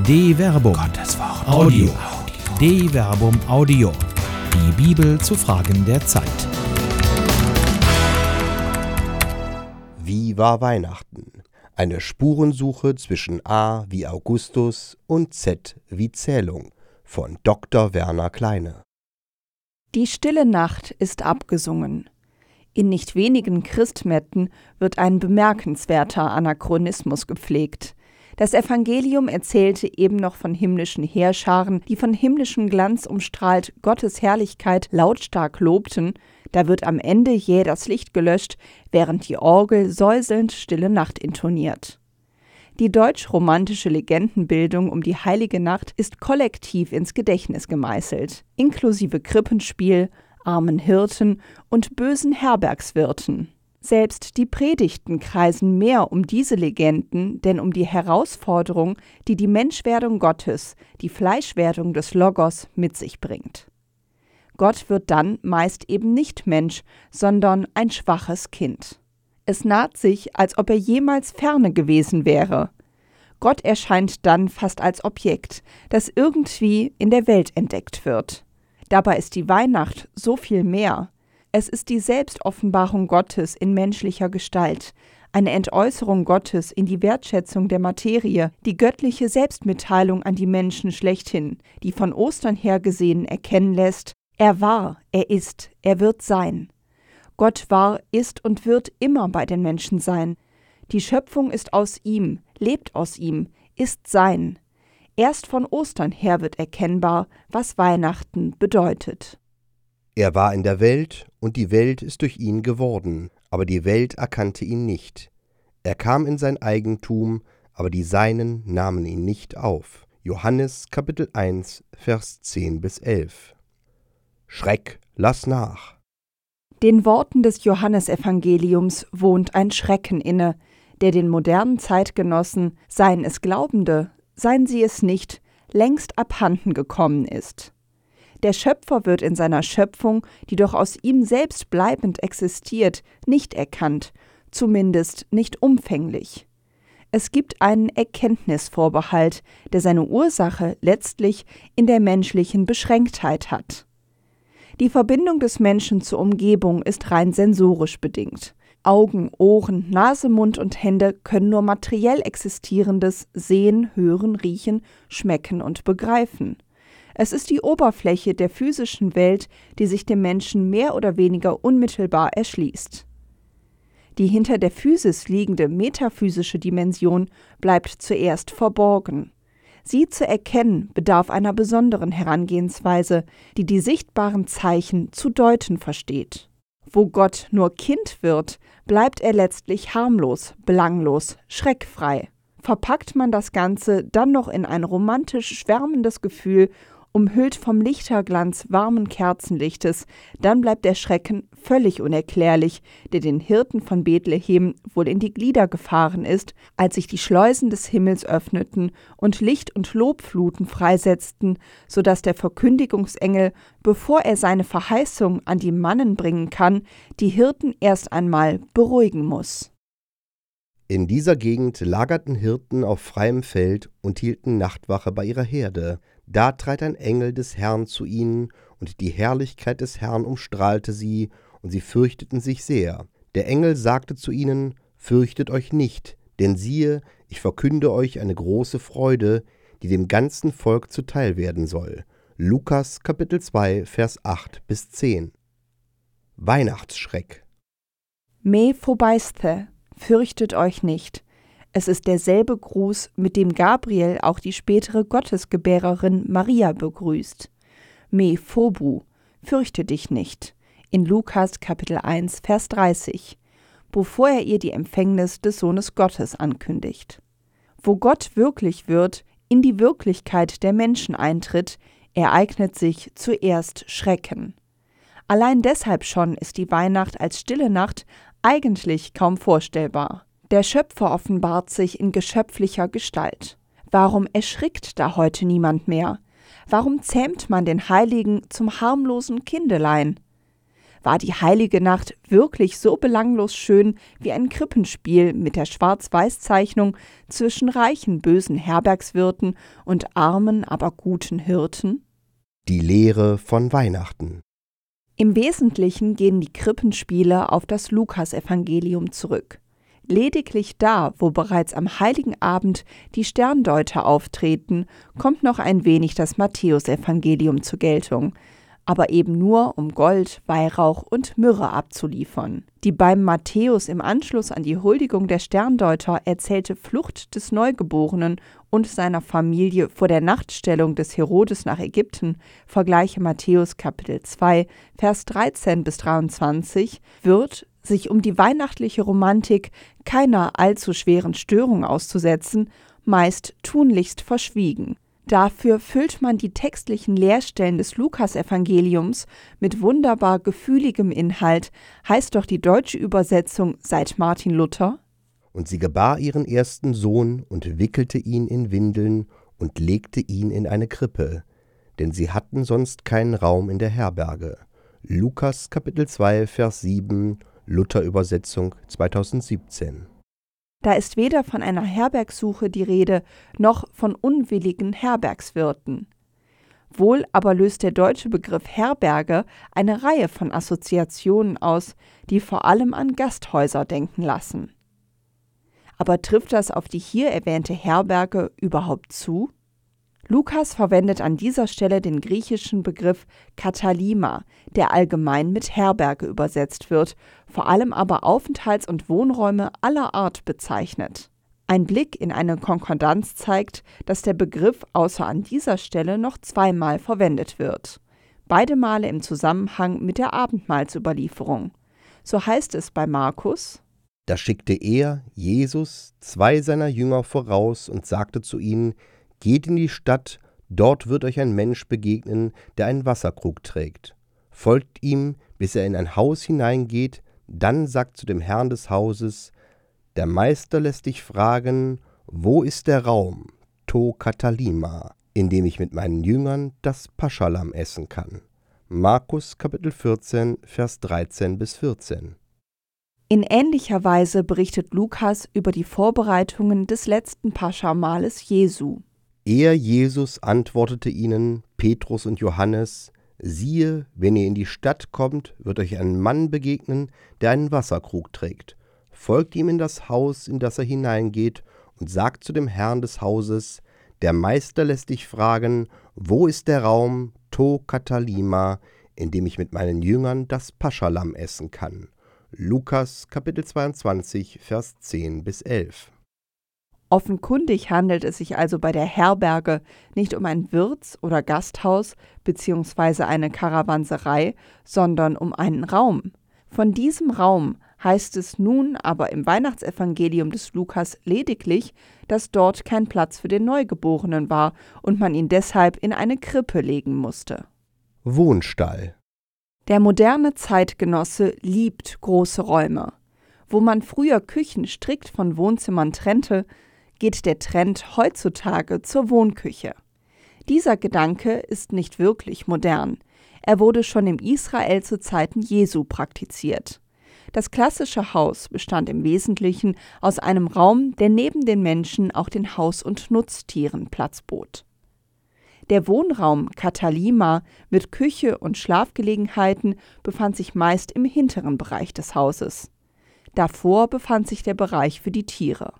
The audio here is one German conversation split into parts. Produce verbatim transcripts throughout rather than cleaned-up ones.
De Verbum. Gottes Wort. Audio. De Verbum Audio. Die Bibel zu Fragen der Zeit. Wie war Weihnachten? Eine Spurensuche zwischen A wie Augustus und Z wie Zählung von Doktor Werner Kleine. Die stille Nacht ist abgesungen. In nicht wenigen Christmetten wird ein bemerkenswerter Anachronismus gepflegt. Das Evangelium erzählte eben noch von himmlischen Heerscharen, die von himmlischem Glanz umstrahlt Gottes Herrlichkeit lautstark lobten. Da wird am Ende jäh das Licht gelöscht, während die Orgel säuselnd Stille Nacht intoniert. Die deutsch-romantische Legendenbildung um die heilige Nacht ist kollektiv ins Gedächtnis gemeißelt, inklusive Krippenspiel, armen Hirten und bösen Herbergswirten. Selbst die Predigten kreisen mehr um diese Legenden, denn um die Herausforderung, die die Menschwerdung Gottes, die Fleischwerdung des Logos mit sich bringt. Gott wird dann meist eben nicht Mensch, sondern ein schwaches Kind. Es naht sich, als ob er jemals ferne gewesen wäre. Gott erscheint dann fast als Objekt, das irgendwie in der Welt entdeckt wird. Dabei ist die Weihnacht so viel mehr. Es ist die Selbstoffenbarung Gottes in menschlicher Gestalt, eine Entäußerung Gottes in die Wertschätzung der Materie, die göttliche Selbstmitteilung an die Menschen schlechthin, die von Ostern her gesehen erkennen lässt, er war, er ist, er wird sein. Gott war, ist und wird immer bei den Menschen sein. Die Schöpfung ist aus ihm, lebt aus ihm, ist sein. Erst von Ostern her wird erkennbar, was Weihnachten bedeutet. Er war in der Welt, und die Welt ist durch ihn geworden, aber die Welt erkannte ihn nicht. Er kam in sein Eigentum, aber die Seinen nahmen ihn nicht auf. Johannes Kapitel eins, Vers zehn bis elf. Schreck, lass nach. Den Worten des Johannesevangeliums wohnt ein Schrecken inne, der den modernen Zeitgenossen, seien es Glaubende, seien sie es nicht, längst abhanden gekommen ist. Der Schöpfer wird in seiner Schöpfung, die doch aus ihm selbst bleibend existiert, nicht erkannt, zumindest nicht umfänglich. Es gibt einen Erkenntnisvorbehalt, der seine Ursache letztlich in der menschlichen Beschränktheit hat. Die Verbindung des Menschen zur Umgebung ist rein sensorisch bedingt. Augen, Ohren, Nase, Mund und Hände können nur materiell Existierendes sehen, hören, riechen, schmecken und begreifen. Es ist die Oberfläche der physischen Welt, die sich dem Menschen mehr oder weniger unmittelbar erschließt. Die hinter der Physis liegende metaphysische Dimension bleibt zuerst verborgen. Sie zu erkennen bedarf einer besonderen Herangehensweise, die die sichtbaren Zeichen zu deuten versteht. Wo Gott nur Kind wird, bleibt er letztlich harmlos, belanglos, schreckfrei. Verpackt man das Ganze dann noch in ein romantisch schwärmendes Gefühl, umhüllt vom Lichterglanz warmen Kerzenlichtes, dann bleibt der Schrecken völlig unerklärlich, der den Hirten von Bethlehem wohl in die Glieder gefahren ist, als sich die Schleusen des Himmels öffneten und Licht und Lobfluten freisetzten, so dass der Verkündigungsengel, bevor er seine Verheißung an die Mannen bringen kann, die Hirten erst einmal beruhigen muss. In dieser Gegend lagerten Hirten auf freiem Feld und hielten Nachtwache bei ihrer Herde. Da trat ein Engel des Herrn zu ihnen, und die Herrlichkeit des Herrn umstrahlte sie, und sie fürchteten sich sehr. Der Engel sagte zu ihnen: Fürchtet euch nicht, denn siehe, ich verkünde euch eine große Freude, die dem ganzen Volk zuteil werden soll. Lukas Kapitel zwei, Vers acht bis zehn. Weihnachtsschreck. Me phobeisthe, fürchtet euch nicht. Es ist derselbe Gruß, mit dem Gabriel auch die spätere Gottesgebärerin Maria begrüßt. Me phobu, fürchte dich nicht, in Lukas Kapitel eins, Vers dreißig, bevor er ihr die Empfängnis des Sohnes Gottes ankündigt. Wo Gott wirklich wird, in die Wirklichkeit der Menschen eintritt, ereignet sich zuerst Schrecken. Allein deshalb schon ist die Weihnacht als stille Nacht eigentlich kaum vorstellbar. Der Schöpfer offenbart sich in geschöpflicher Gestalt. Warum erschrickt da heute niemand mehr? Warum zähmt man den Heiligen zum harmlosen Kindelein? War die heilige Nacht wirklich so belanglos schön wie ein Krippenspiel mit der Schwarz-Weiß-Zeichnung zwischen reichen, bösen Herbergswirten und armen, aber guten Hirten? Die Lehre von Weihnachten. Im Wesentlichen gehen die Krippenspiele auf das Lukasevangelium zurück. Lediglich da, wo bereits am Heiligen Abend die Sterndeuter auftreten, kommt noch ein wenig das Matthäusevangelium zur Geltung, aber eben nur, um Gold, Weihrauch und Myrrhe abzuliefern. Die beim Matthäus im Anschluss an die Huldigung der Sterndeuter erzählte Flucht des Neugeborenen und seiner Familie vor der Nachtstellung des Herodes nach Ägypten, vergleiche Matthäus Kapitel zwei, Vers dreizehn bis dreiundzwanzig, wird, sich um die weihnachtliche Romantik keiner allzu schweren Störung auszusetzen, meist tunlichst verschwiegen. Dafür füllt man die textlichen Leerstellen des Lukasevangeliums mit wunderbar gefühligem Inhalt, heißt doch die deutsche Übersetzung seit Martin Luther. Und sie gebar ihren ersten Sohn und wickelte ihn in Windeln und legte ihn in eine Krippe, denn sie hatten sonst keinen Raum in der Herberge. Lukas Kapitel zwei, Vers sieben, Luther-Übersetzung zweitausendsiebzehn. Da ist weder von einer Herbergsuche die Rede, noch von unwilligen Herbergswirten. Wohl aber löst der deutsche Begriff Herberge eine Reihe von Assoziationen aus, die vor allem an Gasthäuser denken lassen. Aber trifft das auf die hier erwähnte Herberge überhaupt zu? Lukas verwendet an dieser Stelle den griechischen Begriff Katalima, der allgemein mit Herberge übersetzt wird, vor allem aber Aufenthalts- und Wohnräume aller Art bezeichnet. Ein Blick in eine Konkordanz zeigt, dass der Begriff außer an dieser Stelle noch zweimal verwendet wird. Beide Male im Zusammenhang mit der Abendmahlsüberlieferung. So heißt es bei Markus: Da schickte er, Jesus, zwei seiner Jünger voraus und sagte zu ihnen: Geht in die Stadt, dort wird euch ein Mensch begegnen, der einen Wasserkrug trägt. Folgt ihm, bis er in ein Haus hineingeht, dann sagt zu dem Herrn des Hauses: Der Meister lässt dich fragen, wo ist der Raum, to katalima, in dem ich mit meinen Jüngern das Paschalam essen kann. Markus Kapitel vierzehn, Vers dreizehn bis vierzehn. In ähnlicher Weise berichtet Lukas über die Vorbereitungen des letzten Paschamahles Jesu. Er, Jesus, antwortete ihnen, Petrus und Johannes: Siehe, wenn ihr in die Stadt kommt, wird euch ein Mann begegnen, der einen Wasserkrug trägt. Folgt ihm in das Haus, in das er hineingeht, und sagt zu dem Herrn des Hauses: Der Meister lässt dich fragen, wo ist der Raum, to katalima, in dem ich mit meinen Jüngern das Paschalam essen kann. Lukas Kapitel zweiundzwanzig, Vers zehn bis elf. Offenkundig handelt es sich also bei der Herberge nicht um ein Wirts- oder Gasthaus bzw. eine Karawanserei, sondern um einen Raum. Von diesem Raum heißt es nun aber im Weihnachtsevangelium des Lukas lediglich, dass dort kein Platz für den Neugeborenen war und man ihn deshalb in eine Krippe legen musste. Wohnstall. Der moderne Zeitgenosse liebt große Räume. Wo man früher Küchen strikt von Wohnzimmern trennte, geht der Trend heutzutage zur Wohnküche. Dieser Gedanke ist nicht wirklich modern. Er wurde schon im Israel zu Zeiten Jesu praktiziert. Das klassische Haus bestand im Wesentlichen aus einem Raum, der neben den Menschen auch den Haus- und Nutztieren Platz bot. Der Wohnraum Katalima mit Küche und Schlafgelegenheiten befand sich meist im hinteren Bereich des Hauses. Davor befand sich der Bereich für die Tiere.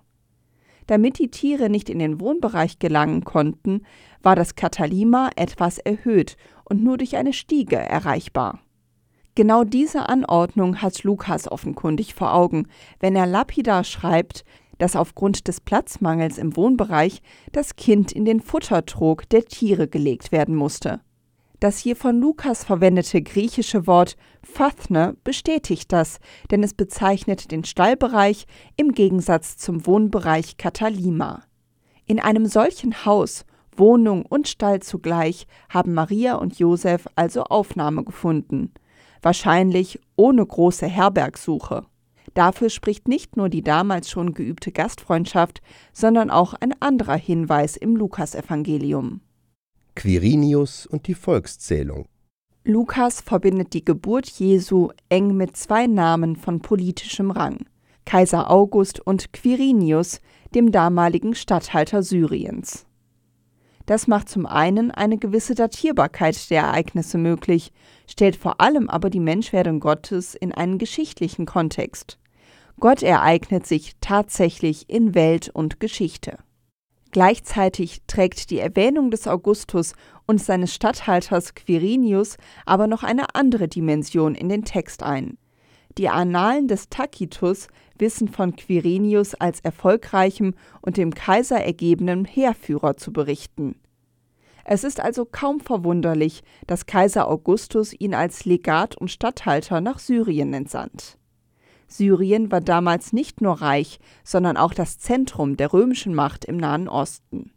Damit die Tiere nicht in den Wohnbereich gelangen konnten, war das Katalima etwas erhöht und nur durch eine Stiege erreichbar. Genau diese Anordnung hat Lukas offenkundig vor Augen, wenn er lapidar schreibt, dass aufgrund des Platzmangels im Wohnbereich das Kind in den Futtertrog der Tiere gelegt werden musste. Das hier von Lukas verwendete griechische Wort Phathne bestätigt das, denn es bezeichnet den Stallbereich im Gegensatz zum Wohnbereich Katalima. In einem solchen Haus, Wohnung und Stall zugleich, haben Maria und Josef also Aufnahme gefunden. Wahrscheinlich ohne große Herbergsuche. Dafür spricht nicht nur die damals schon geübte Gastfreundschaft, sondern auch ein anderer Hinweis im Lukasevangelium. Quirinius und die Volkszählung. Lukas verbindet die Geburt Jesu eng mit zwei Namen von politischem Rang: Kaiser August und Quirinius, dem damaligen Statthalter Syriens. Das macht zum einen eine gewisse Datierbarkeit der Ereignisse möglich, stellt vor allem aber die Menschwerdung Gottes in einen geschichtlichen Kontext. Gott ereignet sich tatsächlich in Welt und Geschichte. Gleichzeitig trägt die Erwähnung des Augustus und seines Statthalters Quirinius aber noch eine andere Dimension in den Text ein. Die Annalen des Tacitus wissen von Quirinius als erfolgreichem und dem Kaiser ergebenen Heerführer zu berichten. Es ist also kaum verwunderlich, dass Kaiser Augustus ihn als Legat und Statthalter nach Syrien entsandt. Syrien war damals nicht nur reich, sondern auch das Zentrum der römischen Macht im Nahen Osten.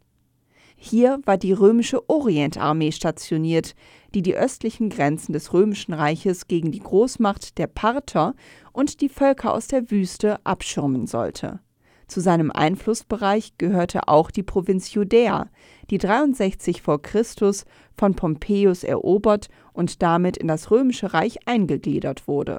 Hier war die römische Orientarmee stationiert, die die östlichen Grenzen des Römischen Reiches gegen die Großmacht der Parther und die Völker aus der Wüste abschirmen sollte. Zu seinem Einflussbereich gehörte auch die Provinz Judäa, die dreiundsechzig vor Christus von Pompeius erobert und damit in das Römische Reich eingegliedert wurde.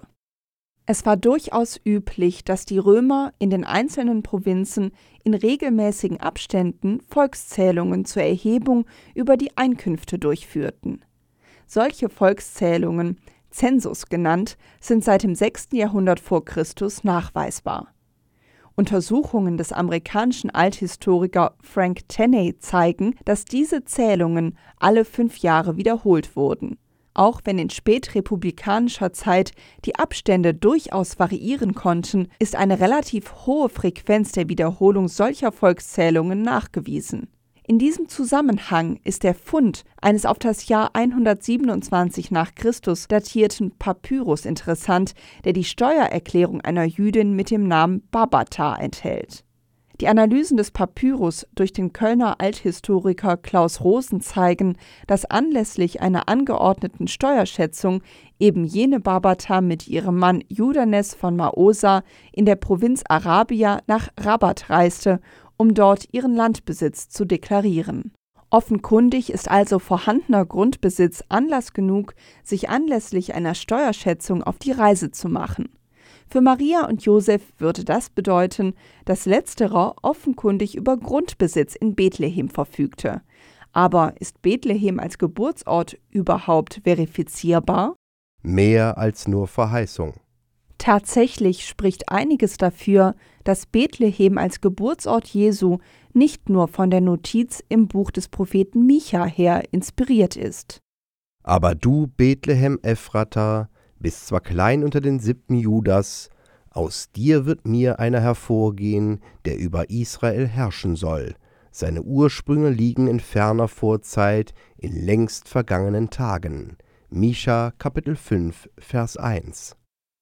Es war durchaus üblich, dass die Römer in den einzelnen Provinzen in regelmäßigen Abständen Volkszählungen zur Erhebung über die Einkünfte durchführten. Solche Volkszählungen, Zensus genannt, sind seit dem sechsten Jahrhundert vor Christus nachweisbar. Untersuchungen des amerikanischen Althistoriker Frank Tenney zeigen, dass diese Zählungen alle fünf Jahre wiederholt wurden. Auch wenn in spätrepublikanischer Zeit die Abstände durchaus variieren konnten, ist eine relativ hohe Frequenz der Wiederholung solcher Volkszählungen nachgewiesen. In diesem Zusammenhang ist der Fund eines auf das Jahr hundertsiebenundzwanzig nach Christus datierten Papyrus interessant, der die Steuererklärung einer Jüdin mit dem Namen Babata enthält. Die Analysen des Papyrus durch den Kölner Althistoriker Klaus Rosen zeigen, dass anlässlich einer angeordneten Steuerschätzung eben jene Babata mit ihrem Mann Judanes von Maosa in der Provinz Arabia nach Rabat reiste, um dort ihren Landbesitz zu deklarieren. Offenkundig ist also vorhandener Grundbesitz Anlass genug, sich anlässlich einer Steuerschätzung auf die Reise zu machen. Für Maria und Josef würde das bedeuten, dass letzterer offenkundig über Grundbesitz in Bethlehem verfügte. Aber ist Bethlehem als Geburtsort überhaupt verifizierbar? Mehr als nur Verheißung. Tatsächlich spricht einiges dafür, dass Bethlehem als Geburtsort Jesu nicht nur von der Notiz im Buch des Propheten Micha her inspiriert ist. Aber du, Bethlehem Ephrata, bist zwar klein unter den Sippen Judas, aus dir wird mir einer hervorgehen, der über Israel herrschen soll. Seine Ursprünge liegen in ferner Vorzeit, in längst vergangenen Tagen. Micha, Kapitel fünf, Vers eins.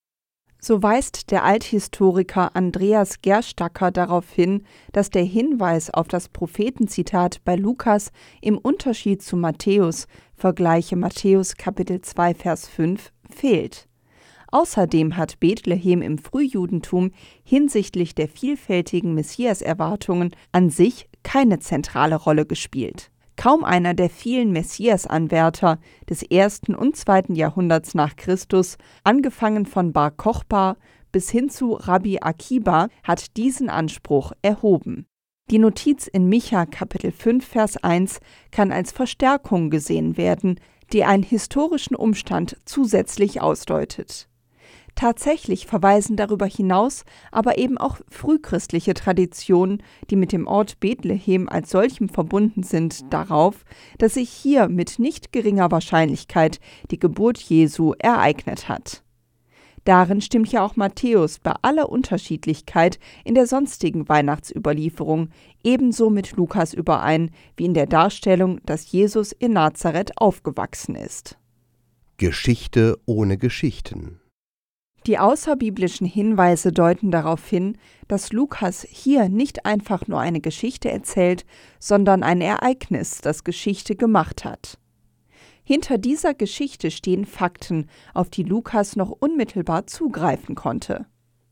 So weist der Althistoriker Andreas Gerstacker darauf hin, dass der Hinweis auf das Prophetenzitat bei Lukas im Unterschied zu Matthäus, vergleiche Matthäus Kapitel zwei, Vers fünf, fehlt. Außerdem hat Bethlehem im Frühjudentum hinsichtlich der vielfältigen Messias-Erwartungen an sich keine zentrale Rolle gespielt. Kaum einer der vielen Messias-Anwärter des ersten und zweiten Jahrhunderts nach Christus, angefangen von Bar Kochba bis hin zu Rabbi Akiba, hat diesen Anspruch erhoben. Die Notiz in Micha Kapitel fünf, Vers eins kann als Verstärkung gesehen werden, die einen historischen Umstand zusätzlich ausdeutet. Tatsächlich verweisen darüber hinaus aber eben auch frühchristliche Traditionen, die mit dem Ort Bethlehem als solchem verbunden sind, darauf, dass sich hier mit nicht geringer Wahrscheinlichkeit die Geburt Jesu ereignet hat. Darin stimmt ja auch Matthäus bei aller Unterschiedlichkeit in der sonstigen Weihnachtsüberlieferung ebenso mit Lukas überein, wie in der Darstellung, dass Jesus in Nazareth aufgewachsen ist. Geschichte ohne Geschichten. Die außerbiblischen Hinweise deuten darauf hin, dass Lukas hier nicht einfach nur eine Geschichte erzählt, sondern ein Ereignis, das Geschichte gemacht hat. Hinter dieser Geschichte stehen Fakten, auf die Lukas noch unmittelbar zugreifen konnte.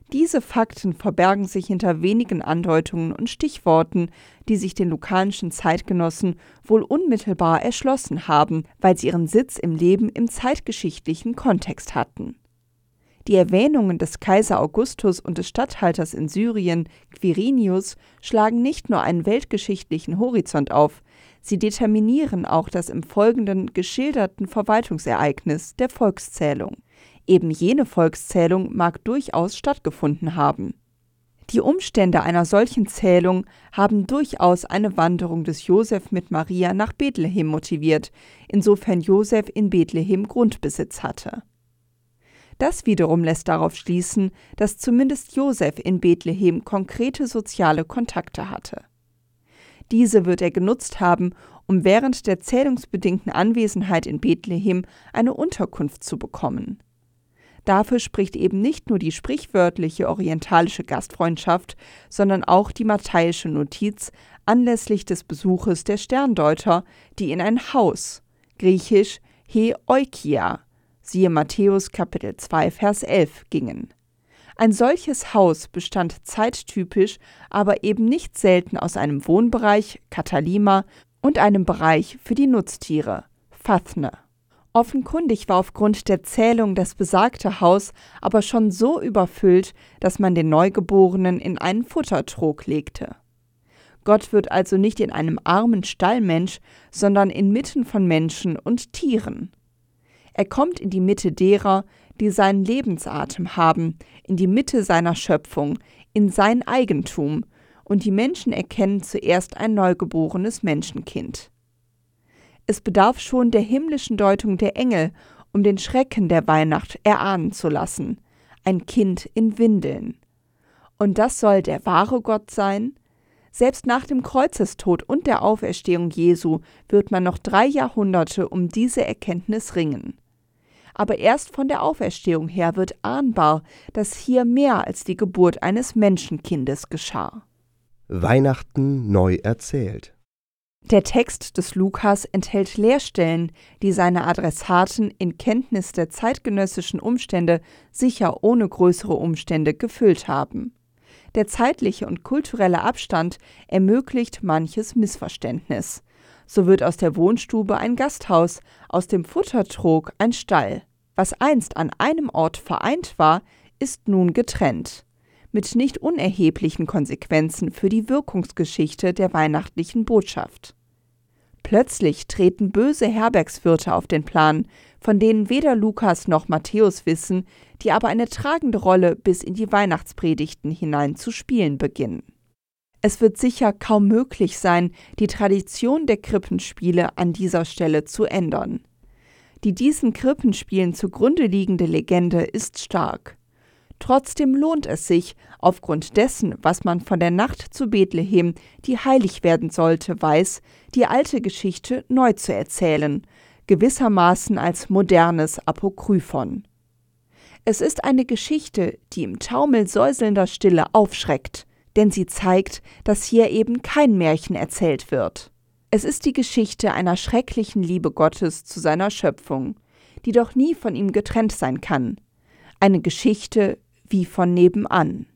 Diese Fakten verbergen sich hinter wenigen Andeutungen und Stichworten, die sich den lukanischen Zeitgenossen wohl unmittelbar erschlossen haben, weil sie ihren Sitz im Leben im zeitgeschichtlichen Kontext hatten. Die Erwähnungen des Kaiser Augustus und des Statthalters in Syrien, Quirinius, schlagen nicht nur einen weltgeschichtlichen Horizont auf, sie determinieren auch das im Folgenden geschilderten Verwaltungsereignis der Volkszählung. Eben jene Volkszählung mag durchaus stattgefunden haben. Die Umstände einer solchen Zählung haben durchaus eine Wanderung des Josef mit Maria nach Bethlehem motiviert, insofern Josef in Bethlehem Grundbesitz hatte. Das wiederum lässt darauf schließen, dass zumindest Josef in Bethlehem konkrete soziale Kontakte hatte. Diese wird er genutzt haben, um während der zählungsbedingten Anwesenheit in Bethlehem eine Unterkunft zu bekommen. Dafür spricht eben nicht nur die sprichwörtliche orientalische Gastfreundschaft, sondern auch die matthäische Notiz anlässlich des Besuches der Sterndeuter, die in ein Haus, griechisch he oikia, siehe Matthäus Kapitel zwei, Vers elf, gingen. Ein solches Haus bestand zeittypisch, aber eben nicht selten aus einem Wohnbereich, Katalima, und einem Bereich für die Nutztiere, Fathne. Offenkundig war aufgrund der Zählung das besagte Haus aber schon so überfüllt, dass man den Neugeborenen in einen Futtertrog legte. Gott wird also nicht in einem armen Stallmensch, sondern inmitten von Menschen und Tieren. Er kommt in die Mitte derer, die seinen Lebensatem haben, in die Mitte seiner Schöpfung, in sein Eigentum, und die Menschen erkennen zuerst ein neugeborenes Menschenkind. Es bedarf schon der himmlischen Deutung der Engel, um den Schrecken der Weihnacht erahnen zu lassen, ein Kind in Windeln. Und das soll der wahre Gott sein? Selbst nach dem Kreuzestod und der Auferstehung Jesu wird man noch drei Jahrhunderte um diese Erkenntnis ringen. Aber erst von der Auferstehung her wird ahnbar, dass hier mehr als die Geburt eines Menschenkindes geschah. Weihnachten neu erzählt. Der Text des Lukas enthält Leerstellen, die seine Adressaten in Kenntnis der zeitgenössischen Umstände sicher ohne größere Umstände gefüllt haben. Der zeitliche und kulturelle Abstand ermöglicht manches Missverständnis. So wird aus der Wohnstube ein Gasthaus, aus dem Futtertrog ein Stall. Was einst an einem Ort vereint war, ist nun getrennt. Mit nicht unerheblichen Konsequenzen für die Wirkungsgeschichte der weihnachtlichen Botschaft. Plötzlich treten böse Herbergswirte auf den Plan, von denen weder Lukas noch Matthäus wissen, die aber eine tragende Rolle bis in die Weihnachtspredigten hinein zu spielen beginnen. Es wird sicher kaum möglich sein, die Tradition der Krippenspiele an dieser Stelle zu ändern. Die diesen Krippenspielen zugrunde liegende Legende ist stark. Trotzdem lohnt es sich, aufgrund dessen, was man von der Nacht zu Bethlehem, die heilig werden sollte, weiß, die alte Geschichte neu zu erzählen, gewissermaßen als modernes Apokryphon. Es ist eine Geschichte, die im Taumel säuselnder Stille aufschreckt, denn sie zeigt, dass hier eben kein Märchen erzählt wird. Es ist die Geschichte einer schrecklichen Liebe Gottes zu seiner Schöpfung, die doch nie von ihm getrennt sein kann. Eine Geschichte wie von nebenan.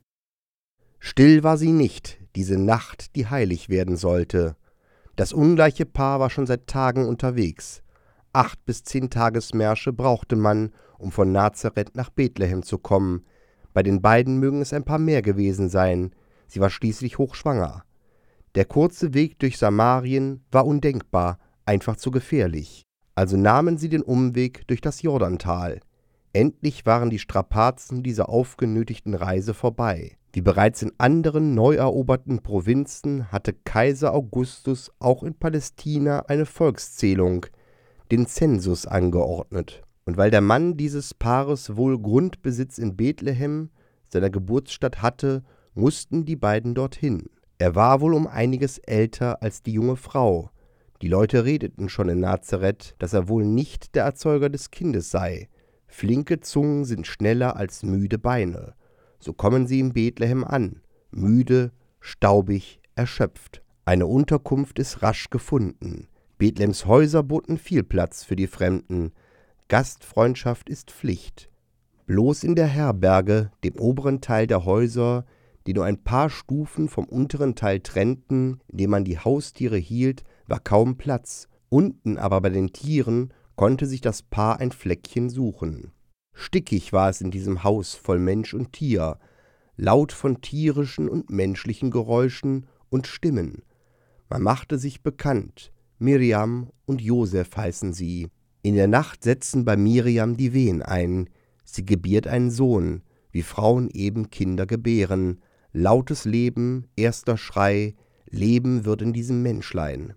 Still war sie nicht, diese Nacht, die heilig werden sollte. Das ungleiche Paar war schon seit Tagen unterwegs. Acht bis zehn Tagesmärsche brauchte man, um von Nazareth nach Bethlehem zu kommen. Bei den beiden mögen es ein paar mehr gewesen sein. Sie war schließlich hochschwanger. Der kurze Weg durch Samarien war undenkbar, einfach zu gefährlich. Also nahmen sie den Umweg durch das Jordantal. Endlich waren die Strapazen dieser aufgenötigten Reise vorbei. Wie bereits in anderen neu eroberten Provinzen hatte Kaiser Augustus auch in Palästina eine Volkszählung, den Zensus, angeordnet. Und weil der Mann dieses Paares wohl Grundbesitz in Bethlehem, seiner Geburtsstadt, hatte, mussten die beiden dorthin. Er war wohl um einiges älter als die junge Frau. Die Leute redeten schon in Nazareth, dass er wohl nicht der Erzeuger des Kindes sei. Flinke Zungen sind schneller als müde Beine. So kommen sie in Bethlehem an, müde, staubig, erschöpft. Eine Unterkunft ist rasch gefunden. Bethlehems Häuser boten viel Platz für die Fremden. Gastfreundschaft ist Pflicht. Bloß in der Herberge, dem oberen Teil der Häuser, die nur ein paar Stufen vom unteren Teil trennten, in dem man die Haustiere hielt, war kaum Platz. Unten aber bei den Tieren konnte sich das Paar ein Fleckchen suchen. Stickig war es in diesem Haus voll Mensch und Tier, laut von tierischen und menschlichen Geräuschen und Stimmen. Man machte sich bekannt, Mirjam und Josef heißen sie. In der Nacht setzen bei Mirjam die Wehen ein, sie gebiert einen Sohn, wie Frauen eben Kinder gebären. Lautes Leben, erster Schrei, Leben wird in diesem Menschlein.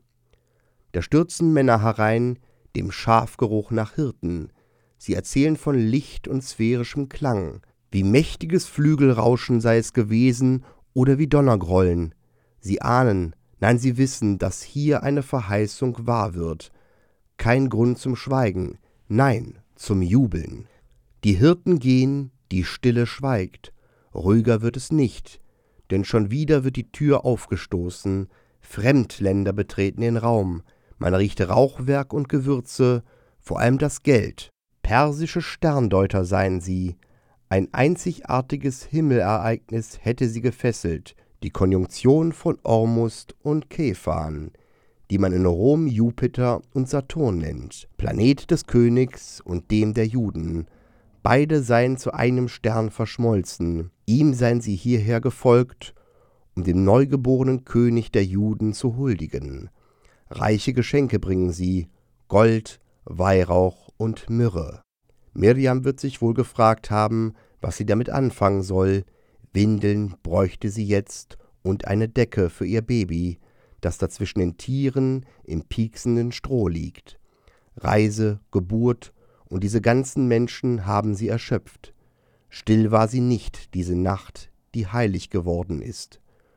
Da stürzen Männer herein, dem Schafgeruch nach Hirten. Sie erzählen von Licht und sphärischem Klang, wie mächtiges Flügelrauschen sei es gewesen oder wie Donnergrollen. Sie ahnen, nein, sie wissen, dass hier eine Verheißung wahr wird. Kein Grund zum Schweigen, nein, zum Jubeln. Die Hirten gehen, die Stille schweigt. Ruhiger wird es nicht, denn schon wieder wird die Tür aufgestoßen. Fremdländer betreten den Raum. Man riecht Rauchwerk und Gewürze, vor allem das Geld. Persische Sterndeuter seien sie. Ein einzigartiges Himmelereignis hätte sie gefesselt, die Konjunktion von Ormuzd und Kephan, die man in Rom Jupiter und Saturn nennt, Planet des Königs und dem der Juden. Beide seien zu einem Stern verschmolzen, ihm seien sie hierher gefolgt, um dem neugeborenen König der Juden zu huldigen. Reiche Geschenke bringen sie, Gold, Weihrauch und Myrrhe. Mirjam wird sich wohl gefragt haben, was sie damit anfangen soll. Windeln bräuchte sie jetzt und eine Decke für ihr Baby, das da zwischen den Tieren im pieksenden Stroh liegt. Reise, Geburt und diese ganzen Menschen haben sie erschöpft. Still war sie nicht, diese Nacht, die heilig geworden ist.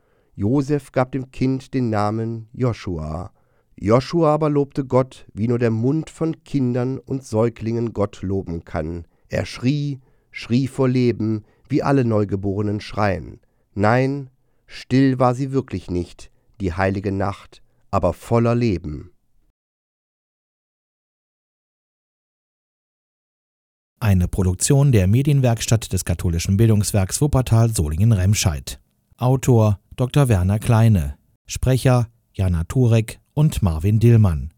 Josef gab dem Kind den Namen Joschua. Joschua aber lobte Gott, wie nur der Mund von Kindern und Säuglingen Gott loben kann. Er schrie, schrie vor Leben, wie alle Neugeborenen schreien. Nein, still war sie wirklich nicht, die heilige Nacht, aber voller Leben. Eine Produktion der Medienwerkstatt des katholischen Bildungswerks Wuppertal Solingen-Remscheid. Autor Doktor Werner Kleine. Sprecher Jana Turek und Marvin Dillmann.